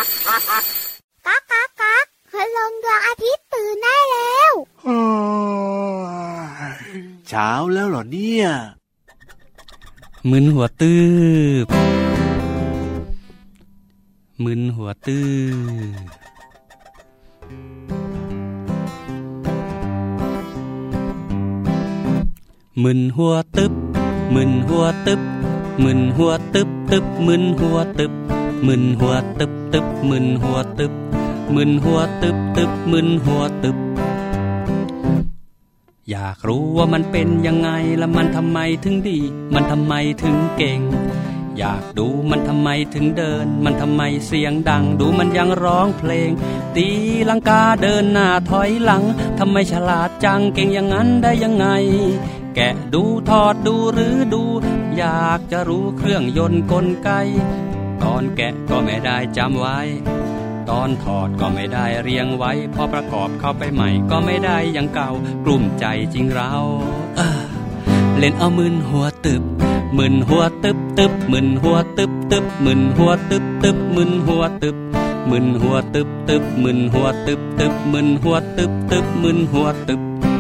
ก๊ากก๊ากก๊ากพลังดวงอาทิตย์ตื่นได้แล้วเช้าแล้วเหรอเนี่ยมึนหัวตื้อมึนหัวตื้อมึนหัวตึบมึนหัวตึบมึนหัวตึบตึบมึนหัวตึบมึนหัวตึบตึบมึนหัวตึบมึนหัวตึบตึบมึนหัวตึบอยากรู้ว่ามันเป็นยังไงและมันทำไมถึงดีมันทำไมถึงเก่งอยากดูมันทำไมถึงเดินมันทำไมเสียงดังดูมันยังร้องเพลงตีลังกาเดินหน้าถอยหลังทำไมฉลาดจังเก่งอย่างนั้นได้ยังไงแกะดูถอดดูหรือดูอยากจะรู้เครื่องยนต์กลไกตอนแกะก็ไม่ได้จำไว้ตอนถอดก็ไม่ได้เรียงไว้พอประกอบเข้าไปใหม่ก็ไม่ได้อย่างเก่ากลุ้มใจจริงเราเล่นเอามึนหัวตึบมึนหัวตึบตึบมึนหัวตึบตึบมึนหัวตึบตึบมึนหัวตึบมึนหัวตึบตึบมึนหัวตึบตึบมึนหัวตึบตึบมึนหัวตึบ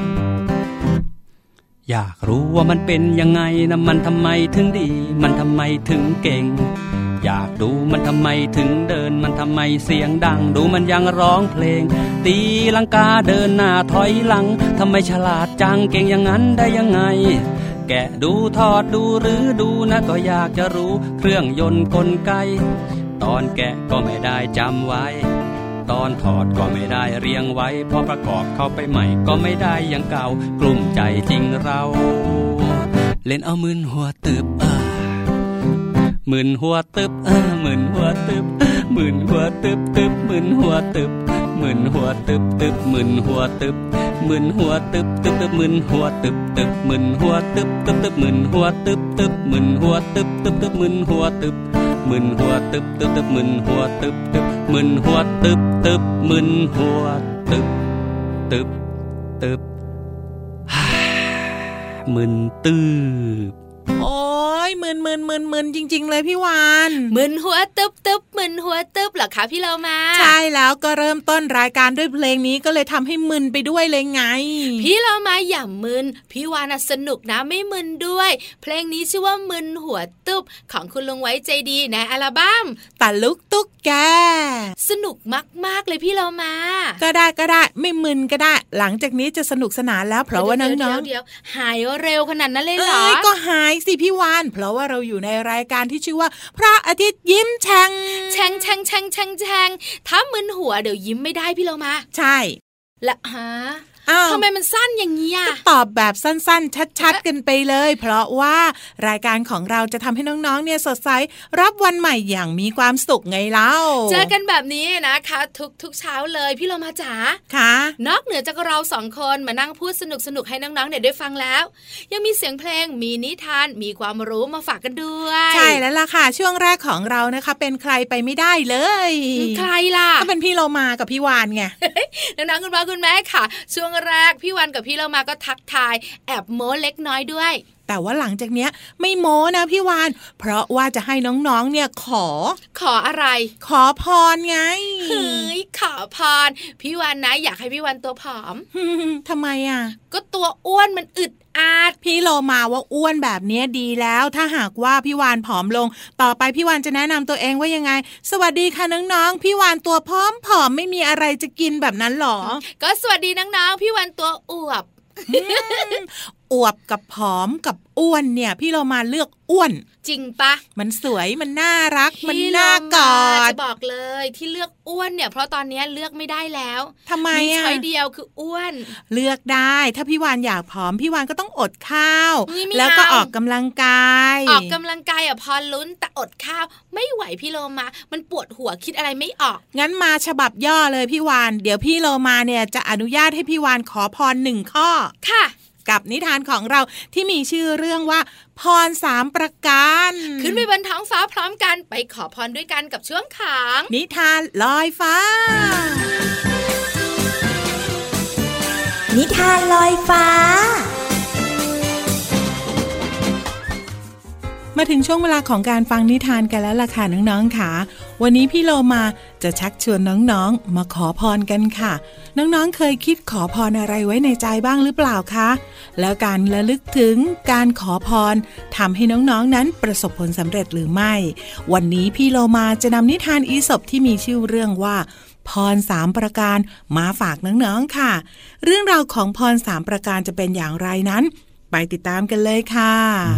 อยากรู้ว่ามันเป็นยังไงนะมันทำไมถึงดีมันทำไมถึงเก่งอยากดูมันทำไมถึงเดินมันทำไมเสียงดังดูมันยังร้องเพลงตีลังกาเดินหน้าถอยหลังทำไมฉลาดจังเก่งอย่างนั้นได้ยังไงแกะดูถอดดูหรือดูนะก็อยากจะรู้เครื่องยนต์กลไกตอนแกะก็ไม่ได้จำไว้ตอนถอดก็ไม่ได้เรียงไว้พอประกอบเข้าไปใหม่ก็ไม่ได้อย่างเก่ากลุ้มใจจริงเราเล่นเอามึนหัวตึบมึนหัวตึบมึนหัวตึบมึนหัวตึบตึบมึนหัวตึบมึนหัวตึบตึบมึนหัวตึบมึนหัวตึบตึบตึบมึนหัวตึบตึบมึนหัวตึบตึบตึบมึนหัวตึบตึบมึนหัวตึบตึบตึบมึนหัวตึบมึนหัวตึบตึบตึบมึนหัวตึบตึบมึนหัวตึบตึบมึนหัวตึบตึบตึบมึนตึบโอ้ยมึนจริงๆเลยพี่วานมึนหัวตึบมึนหัวตึบเหรอคะพี่เรามาใช่แล้วก็เริ่มต้นรายการด้วยเพลงนี้ก็เลยทำให้มึนไปด้วยเลยไงพี่เรามาอย่ามึนพี่วานสนุกนะไม่มึนด้วยเพลงนี้ชื่อว่ามึนหัวตึบของคุณลุงไว้ใจดีในอัลบั้มตะลุกตุ๊กแกสนุกมากๆเลยพี่เรามาก็ได้ไม่มึนก็ได้หลังจากนี้จะสนุกสนานแล้วเพราะว่าน้องๆเดี๋ยวหายเร็วขนาดนั้นเลยเหรอก็หายสิพี่วานเพราะว่าเราอยู่ในรายการที่ชื่อว่าพระอาทิตย์ยิ้มแฉ่งถ้ามึนหัวเดี๋ยวยิ้มไม่ได้พี่เรามาใช่ละทำไมมันสั้นอย่างนี้ก็ตอบแบบสั้นๆชัดๆกันไปเลยเพราะว่ารายการของเราจะทำให้น้องๆเนี่ยสดใสรับวันใหม่อย่างมีความสุขไงเล่าเจอกันแบบนี้นะคะทุกเช้าเลยพี่เรามาจ๋าค่ะนอกเหนือจากเรา2คนมานั่งพูดสนุกให้น้องๆเนี่ยได้ฟังแล้วยังมีเสียงเพลงมีนิทานมีความรู้มาฝากกันด้วยใช่แล้วล่ะค่ะช่วงแรกของเรานะคะเป็นใครไปไม่ได้เลยใครล่ะก็เป็นพี่โลมากับพี่วานไงน้องๆคุณพ่อคุณแม่ค่ะช่วงแรกพี่วันกับพี่เรามาก็ทักทายแอบโม้เล็กน้อยด้วยแต่ว่าหลังจากเนี้ยไม่โม้นะพี่วานเพราะว่าจะให้น้องๆเนี่ยขออะไรขอพรไงเฮ้ยขอพรพี่วานนะอยากให้พี่วานตัวผอมทำไมอ่ะก็ตัวอ้วนมันอึดอัดพี่โลมาว่าอ้วนแบบนี้ดีแล้วถ้าหากว่าพี่วานผอมลงต่อไปพี่วานจะแนะนำตัวเองว่ายังไงสวัสดีค่ะน้องๆพี่วานตัวผอมไม่มีอะไรจะกินแบบนั้นหรอก็สวัสดีน้องๆพี่วานตัวอวบอวบกับผอมกับอ้วนเนี่ยพี่เรามาเลือกอ้วนจริงปะมันสวยมันน่ารักมันน่ากอดจะบอกเลยที่เลือกอ้วนเนี่ยเพราะตอนนี้เลือกไม่ได้แล้วทำไมมีช้อยเดียวคืออ้วนเลือกได้ถ้าพี่วานอยากผอมพี่วานก็ต้องอดข้าวแล้วก็ออกกำลังกายพอลุ้นแต่อดข้าวไม่ไหวพี่โลมามันปวดหัวคิดอะไรไม่ออกงั้นมาฉบับย่อเลยพี่วานเดี๋ยวพี่โลมาเนี่ยจะอนุญาตให้พี่วานขอพร1ข้อค่ะกับนิทานของเราที่มีชื่อเรื่องว่าพร3ประการขึ้นไปบนท้องฟ้าพร้อมกันไปขอพรด้วยกันกับช่วงของนิทานลอยฟ้านิทานลอยฟ้ามาถึงช่วงเวลาของการฟังนิทานกันแล้วล่ะค่ะน้องๆค่ะวันนี้พี่โลมาจะชักชวนน้องๆมาขอพรกันค่ะน้องๆเคยคิดขอพรอะไรไว้ในใจบ้างหรือเปล่าคะแล้วการระลึกถึงการขอพรทำให้น้องๆนั้นประสบผลสำเร็จหรือไม่วันนี้พี่โลมาจะนำนิทานอีสปที่มีชื่อเรื่องว่าพร3ประการมาฝากน้องๆค่ะเรื่องราวของพร3ประการจะเป็นอย่างไรนั้นไปติดตามกันเลยค่ะ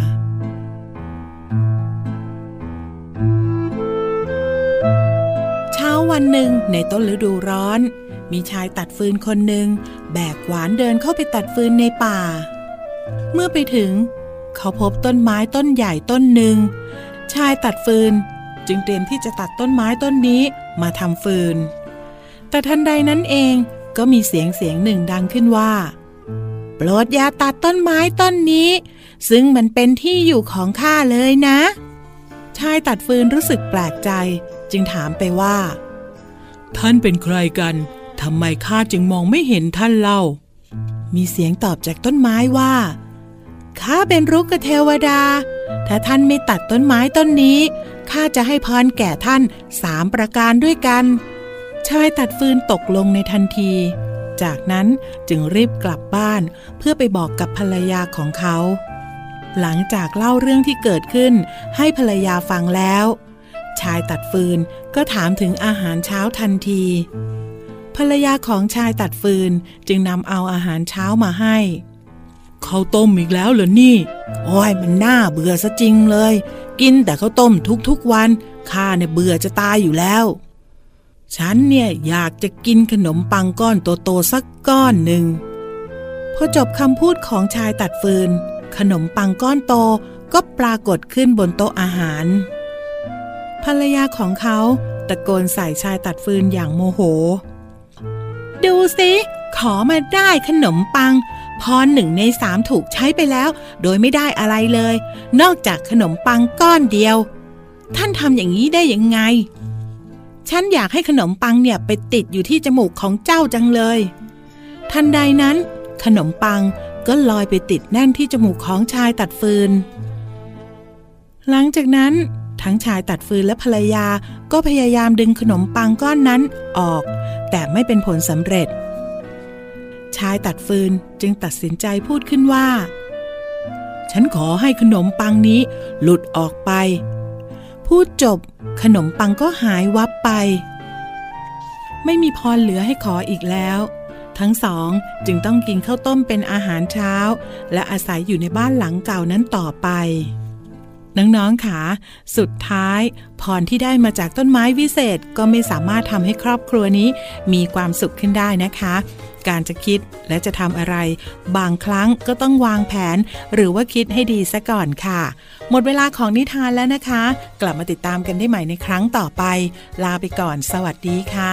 เช้าวันหนึ่งในต้นฤดูร้อนมีชายตัดฟืนคนหนึ่งแบกขวานเดินเข้าไปตัดฟืนในป่าเมื่อไปถึงเขาพบต้นไม้ต้นใหญ่ต้นหนึ่งชายตัดฟืนจึงเตรียมที่จะตัดต้นไม้ต้นนี้มาทำฟืนแต่ทันใดนั้นเองก็มีเสียงหนึ่งดังขึ้นว่าโปรดอย่าตัดต้นไม้ต้นนี้ซึ่งมันเป็นที่อยู่ของข้าเลยนะชายตัดฟืนรู้สึกแปลกใจจึงถามไปว่าท่านเป็นใครกันทำไมข้าจึงมองไม่เห็นท่านเล่ามีเสียงตอบจากต้นไม้ว่าข้าเป็นรุกเทวดาถ้าท่านไม่ตัดต้นไม้ต้นนี้ข้าจะให้พรแก่ท่าน3ประการด้วยกันชายตัดฟืนตกลงในทันทีจากนั้นจึงรีบกลับบ้านเพื่อไปบอกกับภรรยาของเขาหลังจากเล่าเรื่องที่เกิดขึ้นให้ภรรยาฟังแล้วชายตัดฟืนก็ถามถึงอาหารเช้าทันทีภรรยาของชายตัดฟืนจึงนำเอาอาหารเช้ามาให้ข้าวต้มอีกแล้วเหรอนี่โอ้ยมันน่าเบื่อซะจริงเลยกินแต่ข้าวต้มทุกวันข้าเนี่ยเบื่อจะตายอยู่แล้วฉันเนี่ยอยากจะกินขนมปังก้อนโตๆสักก้อนหนึ่งพอจบคำพูดของชายตัดฟืนขนมปังก้อนโตก็ปรากฏขึ้นบนโต๊ะอาหารภรรยาของเขาตะโกนใส่ชายตัดฟืนอย่างโมโหดูสิขอมาได้ขนมปังพร1 ใน 3ถูกใช้ไปแล้วโดยไม่ได้อะไรเลยนอกจากขนมปังก้อนเดียวท่านทำอย่างนี้ได้ยังไงฉันอยากให้ขนมปังเนี่ยไปติดอยู่ที่จมูกของเจ้าจังเลยทันใดนั้นขนมปังก็ลอยไปติดแน่นที่จมูกของชายตัดฟืนหลังจากนั้นทั้งชายตัดฟืนและภรรยาก็พยายามดึงขนมปังก้อนนั้นออกแต่ไม่เป็นผลสำเร็จชายตัดฟืนจึงตัดสินใจพูดขึ้นว่าฉันขอให้ขนมปังนี้หลุดออกไปพูดจบขนมปังก็หายวับไปไม่มีพรเหลือให้ขออีกแล้วทั้งสองจึงต้องกินข้าวต้มเป็นอาหารเช้าและอาศัยอยู่ในบ้านหลังเก่านั้นต่อไปน้องๆค่ะสุดท้ายพรที่ได้มาจากต้นไม้วิเศษก็ไม่สามารถทำให้ครอบครัวนี้มีความสุขขึ้นได้นะคะการจะคิดและจะทำอะไรบางครั้งก็ต้องวางแผนหรือว่าคิดให้ดีซะก่อนค่ะหมดเวลาของนิทานแล้วนะคะกลับมาติดตามกันได้ใหม่ในครั้งต่อไปลาไปก่อนสวัสดีค่ะ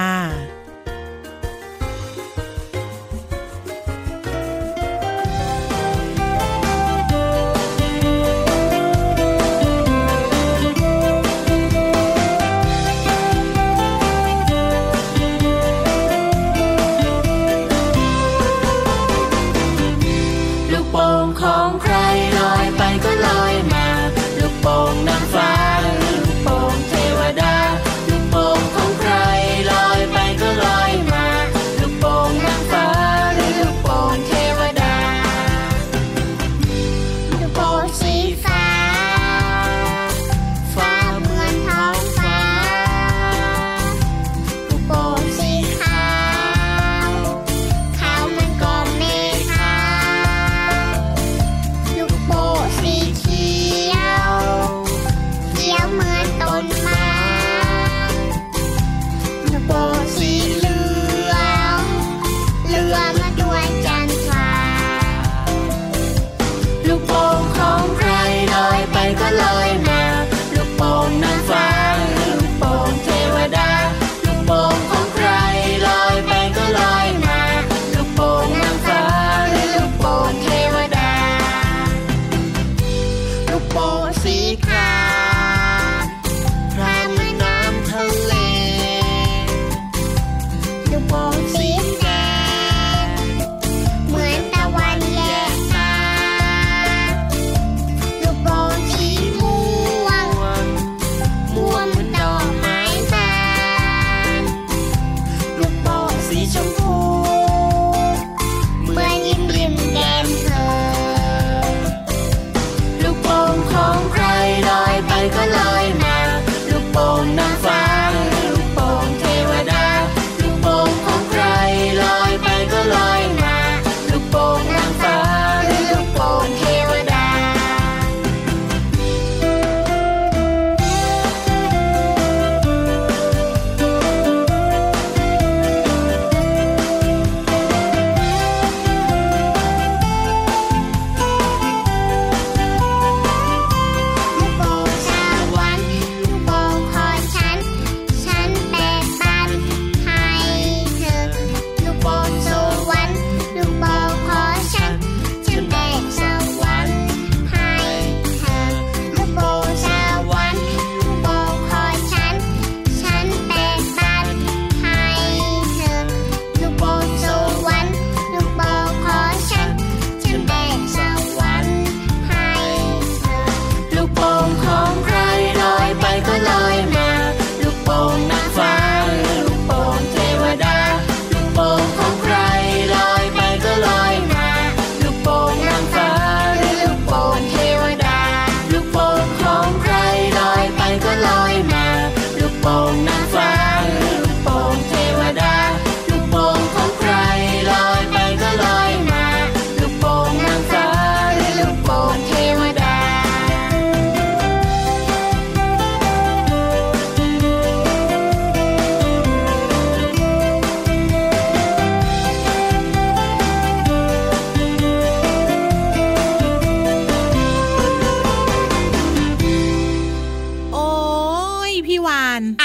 ลูกโป่งเทวดาลูกโป่งของใครลอยไปก็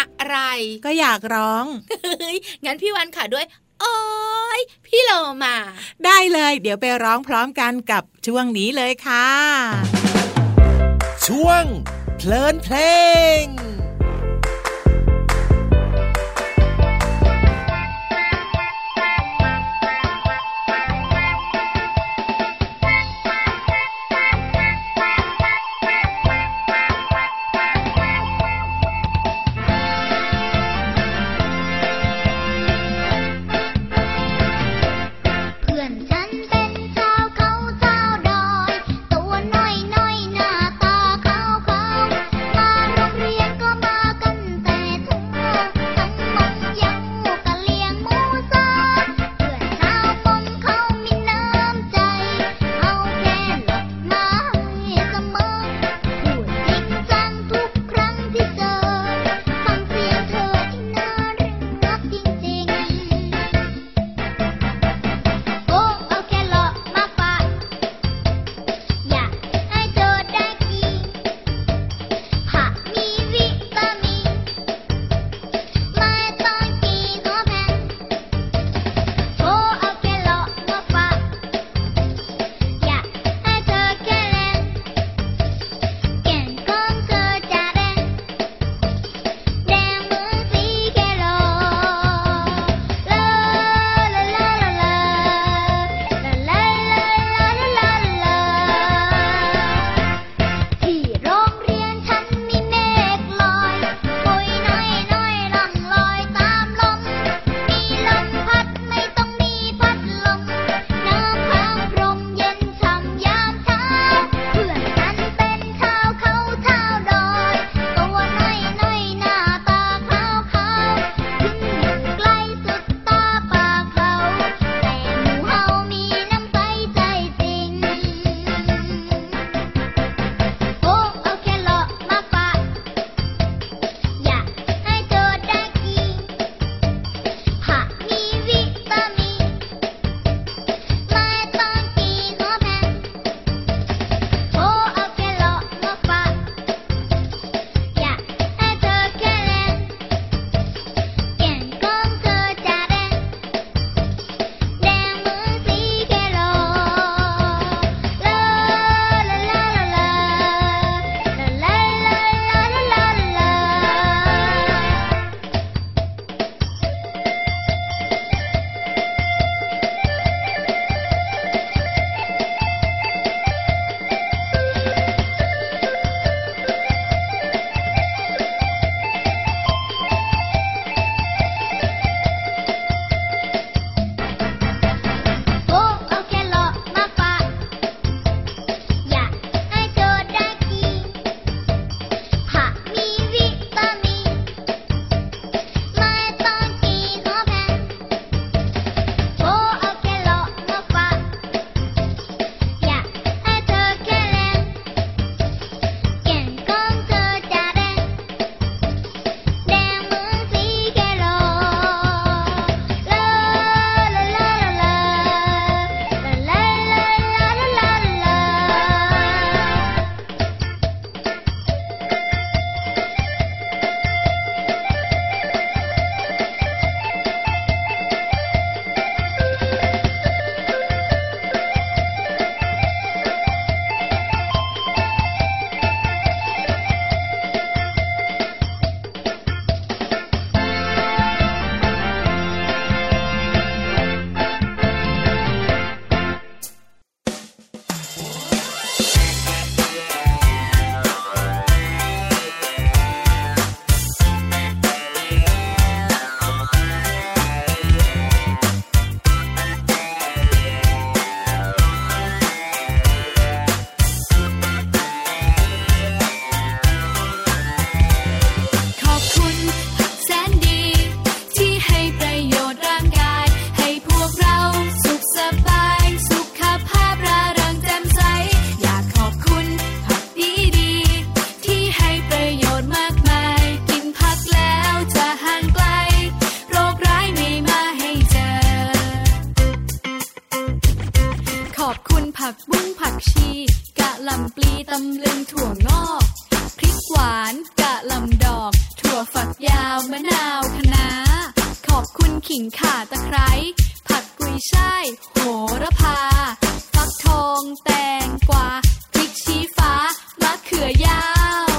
อะไรก็อยากร้องงั้นพี่วันขอด้วยโอ้ยพี่โลมาได้เลยเดี๋ยวไปร้องพร้อมกันกับช่วงนี้เลยค่ะช่วงเพลินเพลงตัวน้อยๆหน้าตาขาวๆมาโรงเรียนก็มะนาวคะน้าขอบคุณขิงข่าตะไคร้ผักกุยช่ายโหระพาฟักทองแตงกวาพริกชี้ฟ้ามะเขือยาว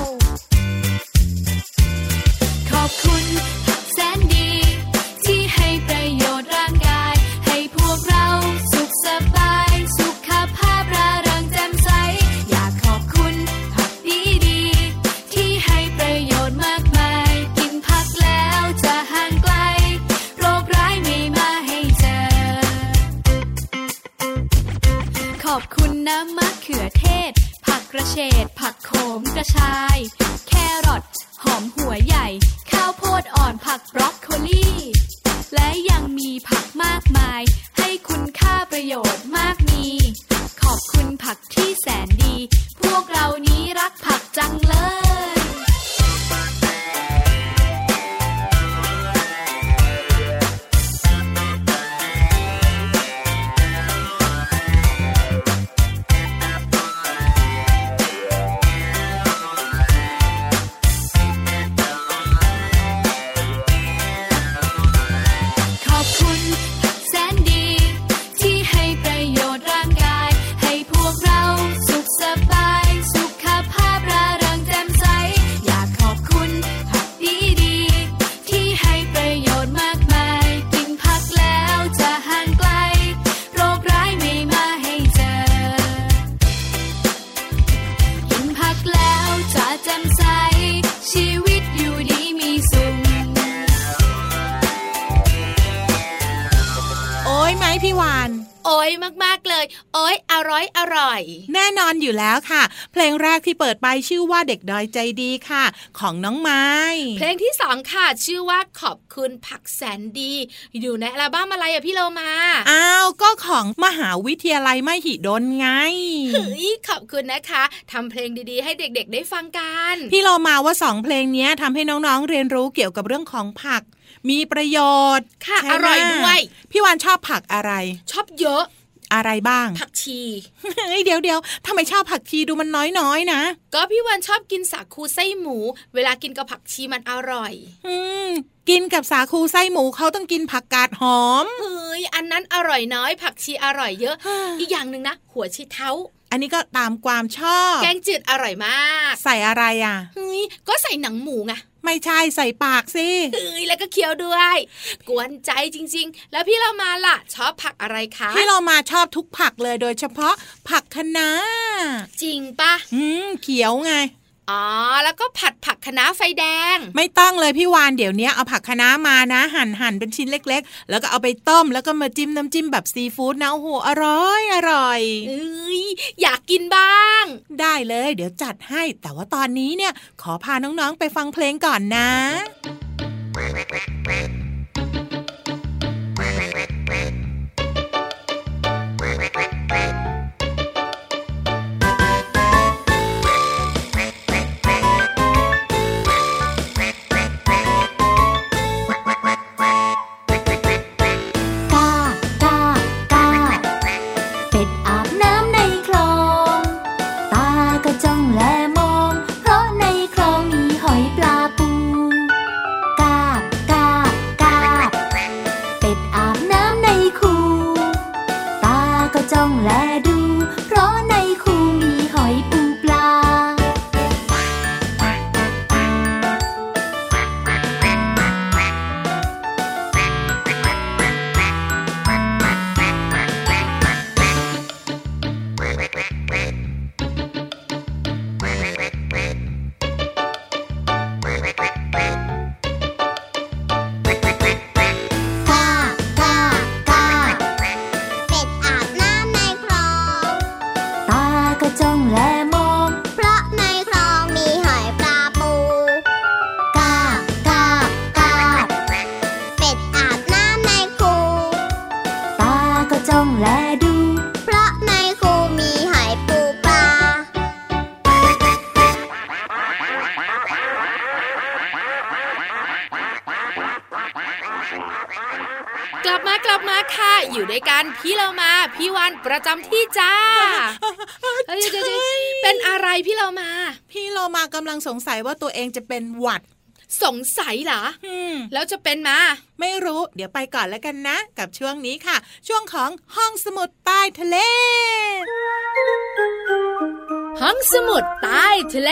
ขอบคุณผักแสนดีที่ให้ประโยชน์ร่างกายให้พวกเราสุขสบายสุขภาพร่าเริงแจ่มใสอยากขอบคุณผักดีๆที่ให้ประโยชน์มากมายกินผักแล้วจะห่างไกลโรคร้ายไม่มาให้เจอขอบคุณน้ำมะเขือเทศผักกระเฉดผักโขมกระชายแครอทหอมหัวใหญ่ข้าวโพดอ่อนผักบรอกโคลีและยังมีผักมากมายให้คุณค่าประโยชน์มากมีขอบคุณผักที่แสนดีพวกเรานี้รักผักจังเลยมากๆเลยโอ๊ยอร่อยแน่นอนอยู่แล้วค่ะเพลงแรกที่เปิดไปชื่อว่าเด็กดอยใจดีค่ะของน้องไม้เพลงที่2ค่ะชื่อว่าขอบคุณผักแสนดีอยู่ในอัลบั้มอะไรอะพี่โลมาอ้าวก็ของมหาวิทยาลัยมหิดลไงเฮ้ยขอบคุณนะคะทำเพลงดีๆให้เด็กๆได้ฟังกันพี่โลมาว่า2เพลงนี้ทำให้น้องๆเรียนรู้เกี่ยวกับเรื่องของผักมีประโยชน์ค่ะอร่อยด้วยพี่วานชอบผักอะไรชอบเยอะอะไรบ้างผักชีเดี๋ยวทำไมชอบผักชีดูมันน้อยนะก็พี่วันชอบกินสาคูไส้หมูเวลากินกับผักชีมันอร่อยกินกับสาคูไส้หมูเขาต้องกินผักกาดหอมเฮ้ยอันนั้นอร่อยน้อยผักชีอร่อยเยอะ อีกอย่างนึงนะหัวไชเท้าอันนี้ก็ตามความชอบแกงจืดอร่อยมากใส่อะไรอ่ะเฮ้ยก็ใส่หนังหมูไงไม่ใช่ใส่ปากสิเฮ้ยแล้วก็เคี้ยวด้วยกวนใจจริงๆแล้วพี่เรามาล่ะชอบผักอะไรคะพี่เรามาชอบทุกผักเลยโดยเฉพาะผักคะน้าจริงปะเขียวไงอ๋อแล้วก็ผัดผักคะน้าไฟแดงไม่ต้องเลยพี่วานเดี๋ยวนี้เอาผักคะน้ามานะหั่นเป็นชิ้นเล็กๆแล้วก็เอาไปต้มแล้วก็มาจิ้มน้ำจิ้มแบบซีฟู้ดนะโอ้โหอร่อยเอ้ยอยากกินบ้างได้เลยเดี๋ยวจัดให้แต่ว่าตอนนี้เนี่ยขอพาน้องๆไปฟังเพลงก่อนนะกลับมาค่ะอยู่ด้วยกันพี่เรามาพี่วันประจำที่จ้าเป็นอะไรพี่เรามากำลังสงสัยว่าตัวเองจะเป็นหวัดสงสัยเหรอแล้วจะเป็นมาไม่รู้เดี๋ยวไปก่อนแล้วกันนะกับช่วงนี้ค่ะช่วงของห้องสมุดใต้ทะเลห้องสมุดใต้ทะเล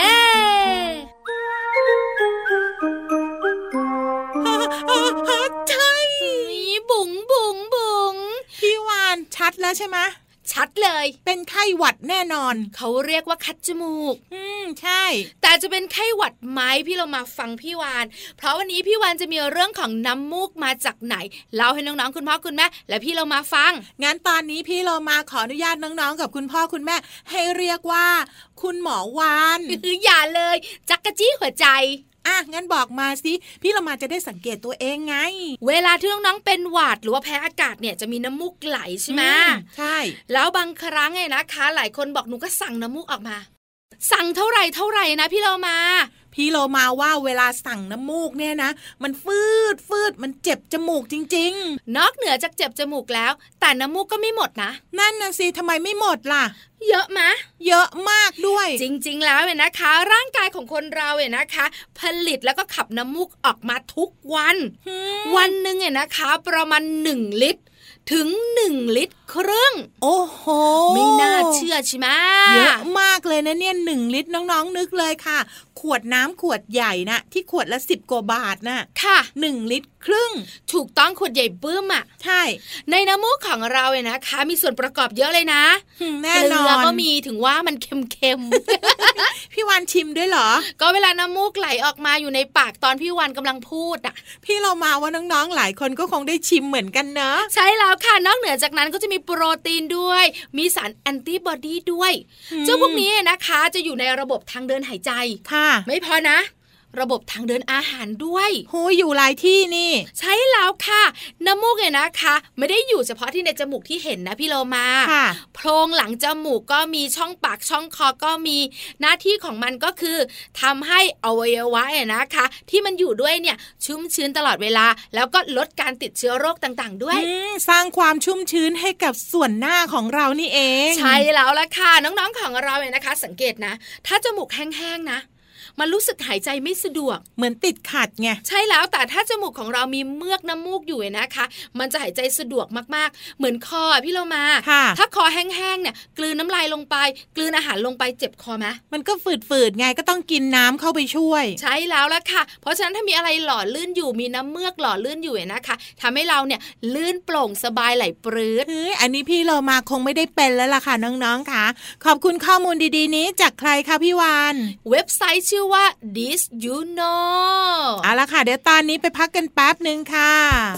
ใช่บุ๋งบุ๋งบุ๋งพี่วานชัดแล้วใช่ไหมชัดเลยเป็นไข้หวัดแน่นอนเขาเรียกว่าคัดจมูกใช่แต่จะเป็นไข้หวัดไหมพี่เรามาฟังพี่วานเพราะวันนี้พี่วานจะมีเรื่องของน้ำมูกมาจากไหนเล่าให้น้องๆคุณพ่อคุณแม่และพี่เรามาฟังงั้นตอนนี้พี่เรามาขออนุญาตน้องๆกับคุณพ่อคุณแม่ให้เรียกว่าคุณหมอวานอย่าเลยจักกะจี้หัวใจงั้นบอกมาสิพี่เรามาจะได้สังเกตตัวเองไงเวลาที่น้องๆเป็นหวัดหรือว่าแพ้อากาศเนี่ยจะมีน้ำมูกไหลใช่ไหมใช่แล้วบางครั้งไงนะคะหลายคนบอกหนูก็สั่งน้ำมูกออกมาสั่งเท่าไหร่นะพี่เรามาว่าเวลาสั่งน้ำมูกเนี่ยนะมันฟืดมันเจ็บจมูกจริงๆนอกเหนือจากเจ็บจมูกแล้วแต่น้ำมูกก็ไม่หมดนะนั่นน่ะสิทำไมไม่หมดล่ะเยอะมะเยอะมากด้วยจริงๆแล้วเนี่ยนะคะร่างกายของคนเราเนี่ยนะคะผลิตแล้วก็ขับน้ำมูกออกมาทุกวันวันนึงเนี่ยนะคะประมาณ1 ลิตรถึง1 ลิตรครึ่งโอ้โหไม่น่าเชื่อใช่ไหมเยอะมากเลยนะเนี่ย1 ลิตรน้องๆนึกเลยค่ะขวดน้ำขวดใหญ่นะที่ขวดละ10 กว่าบาทนะค่ะ 1 ลิตรครึ่งถูกต้องขวดใหญ่ปื้มอ่ะใช่ในน้ำมูกของเราเนี่ยนะคะมีส่วนประกอบเยอะเลยนะแน่นอนเกลือก็มีถึงว่ามันเค็มๆ พี่วานชิมด้วยเหรอก็เวลาน้ำมูกไหลออกมาอยู่ในปากตอนพี่วานกำลังพูดอ่ะพี่เรามาว่าน้องๆหลายคนก็คงได้ชิมเหมือนกันเนอะใช่แล้วค่ะนอกเหนือจากนั้นก็จะมีโปรตีนด้วยมีสารแอนติบอดีด้วยเจ้าพวกนี้นะคะจะอยู่ในระบบทางเดินหายใจค่ะไม่พอนะระบบทางเดินอาหารด้วยโหอยู่หลายที่นี่ใช่แล้วค่ะน้ำมูกเนี่ยนะคะไม่ได้อยู่เฉพาะที่ในจมูกที่เห็นนะพี่โลมาโพรงหลังจมูกก็มีช่องปากช่องคอก็มีหน้าที่ของมันก็คือทำให้อวัยวะเนี่ยนะคะที่มันอยู่ด้วยเนี่ยชุ่มชื้นตลอดเวลาแล้วก็ลดการติดเชื้อโรคต่างๆด้วยสร้างความชุ่มชื้นให้กับส่วนหน้าของเรานี่เองใช่แล้วล่ะค่ะน้องๆของเราเนี่ยนะคะสังเกตนะถ้าจมูกแห้งๆนะมันรู้สึกหายใจไม่สะดวกเหมือนติดขัดไงใช่แล้วแต่ถ้าจมูกของเรามีเมือกน้ำมูกอยู่นะคะมันจะหายใจสะดวกมากๆเหมือนคอพี่เรามาถ้าคอแห้งๆเนี่ยกลืนน้ำลายลงไปกลืนอาหารลงไปเจ็บคอไหมมันก็ฝืดๆไงก็ต้องกินน้ำเข้าไปช่วยใช่แล้วล่ะค่ะเพราะฉะนั้นถ้ามีอะไรหล่อลื่นอยู่มีน้ำเมือกหล่อลื่นอยู่นะคะทำให้เราเนี่ยลื่นโปร่งสบายไหลปรื้ดอันนี้พี่เรามาคงไม่ได้เป็นแล้วล่ะค่ะน้องๆค่ะขอบคุณข้อมูลดีๆนี้จากใครคะพี่วานเว็บไซต์ชื่อว่า This You Know เอาล่ะค่ะเดี๋ยวตอนนี้ไปพักกันแป๊บนึงค่ะ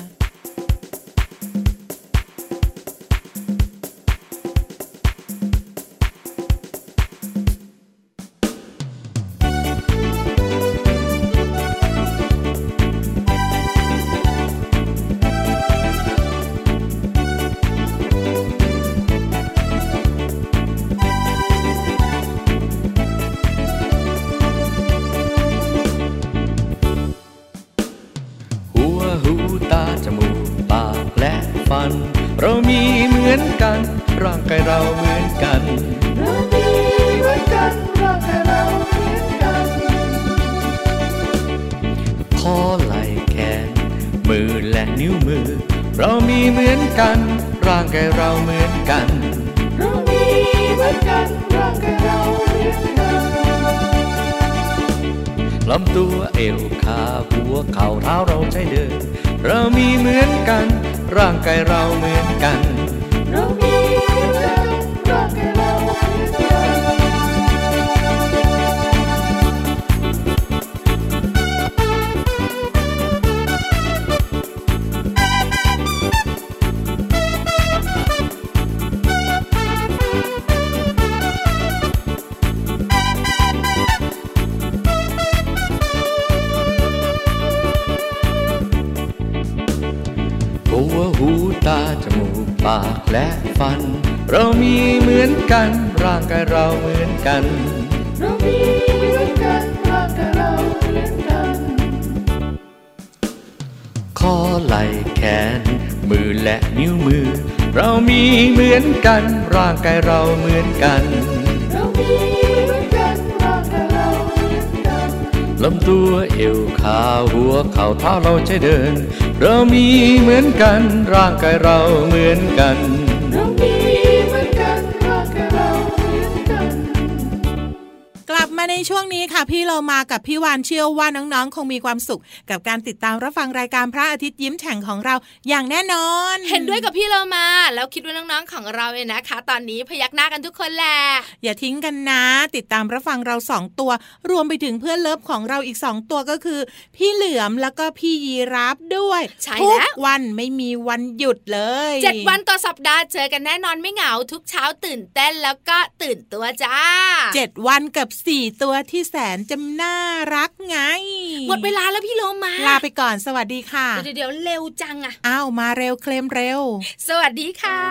เรามีเหมือนกันร่างกายเราเหมือนกันเรามีเหมือนกันร่างกายเราเหมือนกันคอไหล่แขนมือและนิ้วมือเรามีเหมือนกันร่างกายเราเหมือนกันเรามีเหมือนกันร่างกายเราเหมือนกันลำตัวเอวขาหัวเข่าเท้าเราใช้เดินเรามีเหมือนกันร่างกายเราเหมือนกันเรามีเหมือนกันร่างกายเราเหมือนหูตาจมูกปากและฟันเรามีเหมือนกันร่างกายเราเหมือนกันเรามีเหมือนกันร่างกายเราเหมือนกันคอไหล่แขนมือและนิ้วมือเรามีเหมือนกันร่างกายเราเหมือนกันเรามีเหมือนกันร่างกายเราเหมือนกันลำตัวเอวขาหัวเข่าเท้าเราใช้เดินเรามีเหมือนกันร่างกายเราเหมือนกันเรามีเหมือนกันร่างกายเราเหมือนกันกลับมาในช่วงนี้ค่ะพี่เรามากับพี่วานเชื่อว่าน้องๆคงมีความสุขกับการติดตามรับฟังรายการพระอาทิตย์ยิ้มแฉ่งของเราอย่างแน่นอนเห็นด้วยกับพี่เรามาแล้วคิดว่าน้องๆของเราเนี่ยนะคะตอนนี้พยักหน้ากันทุกคนแหละอย่าทิ้งกันนะติดตามรับฟังเรา2ตัวรวมไปถึงเพื่อนเลิฟของเราอีก2ตัวก็คือพี่เหลือมแล้วก็พี่ยีราฟด้วยทุกวันไม่มีวันหยุดเลย 7 วันต่อสัปดาห์เจอกันแน่นอนไม่เหงาทุกเช้าตื่นเต้นแล้วก็ตื่นตัวจ้า 7 วันกับ4ตัวที่แสนจะน่ารักไงหมดเวลาแล้วพี่โลมาลาไปก่อนสวัสดีค่ะเดี๋ยวเร็วจังอะอ้าวมาเร็วเคลมเร็วสวัสดีค่ะ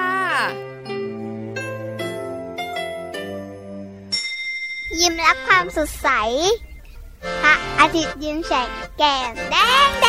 ยิ้มรับความสดใสพระอาทิตย์ยิ้มแฉกแก้มแดง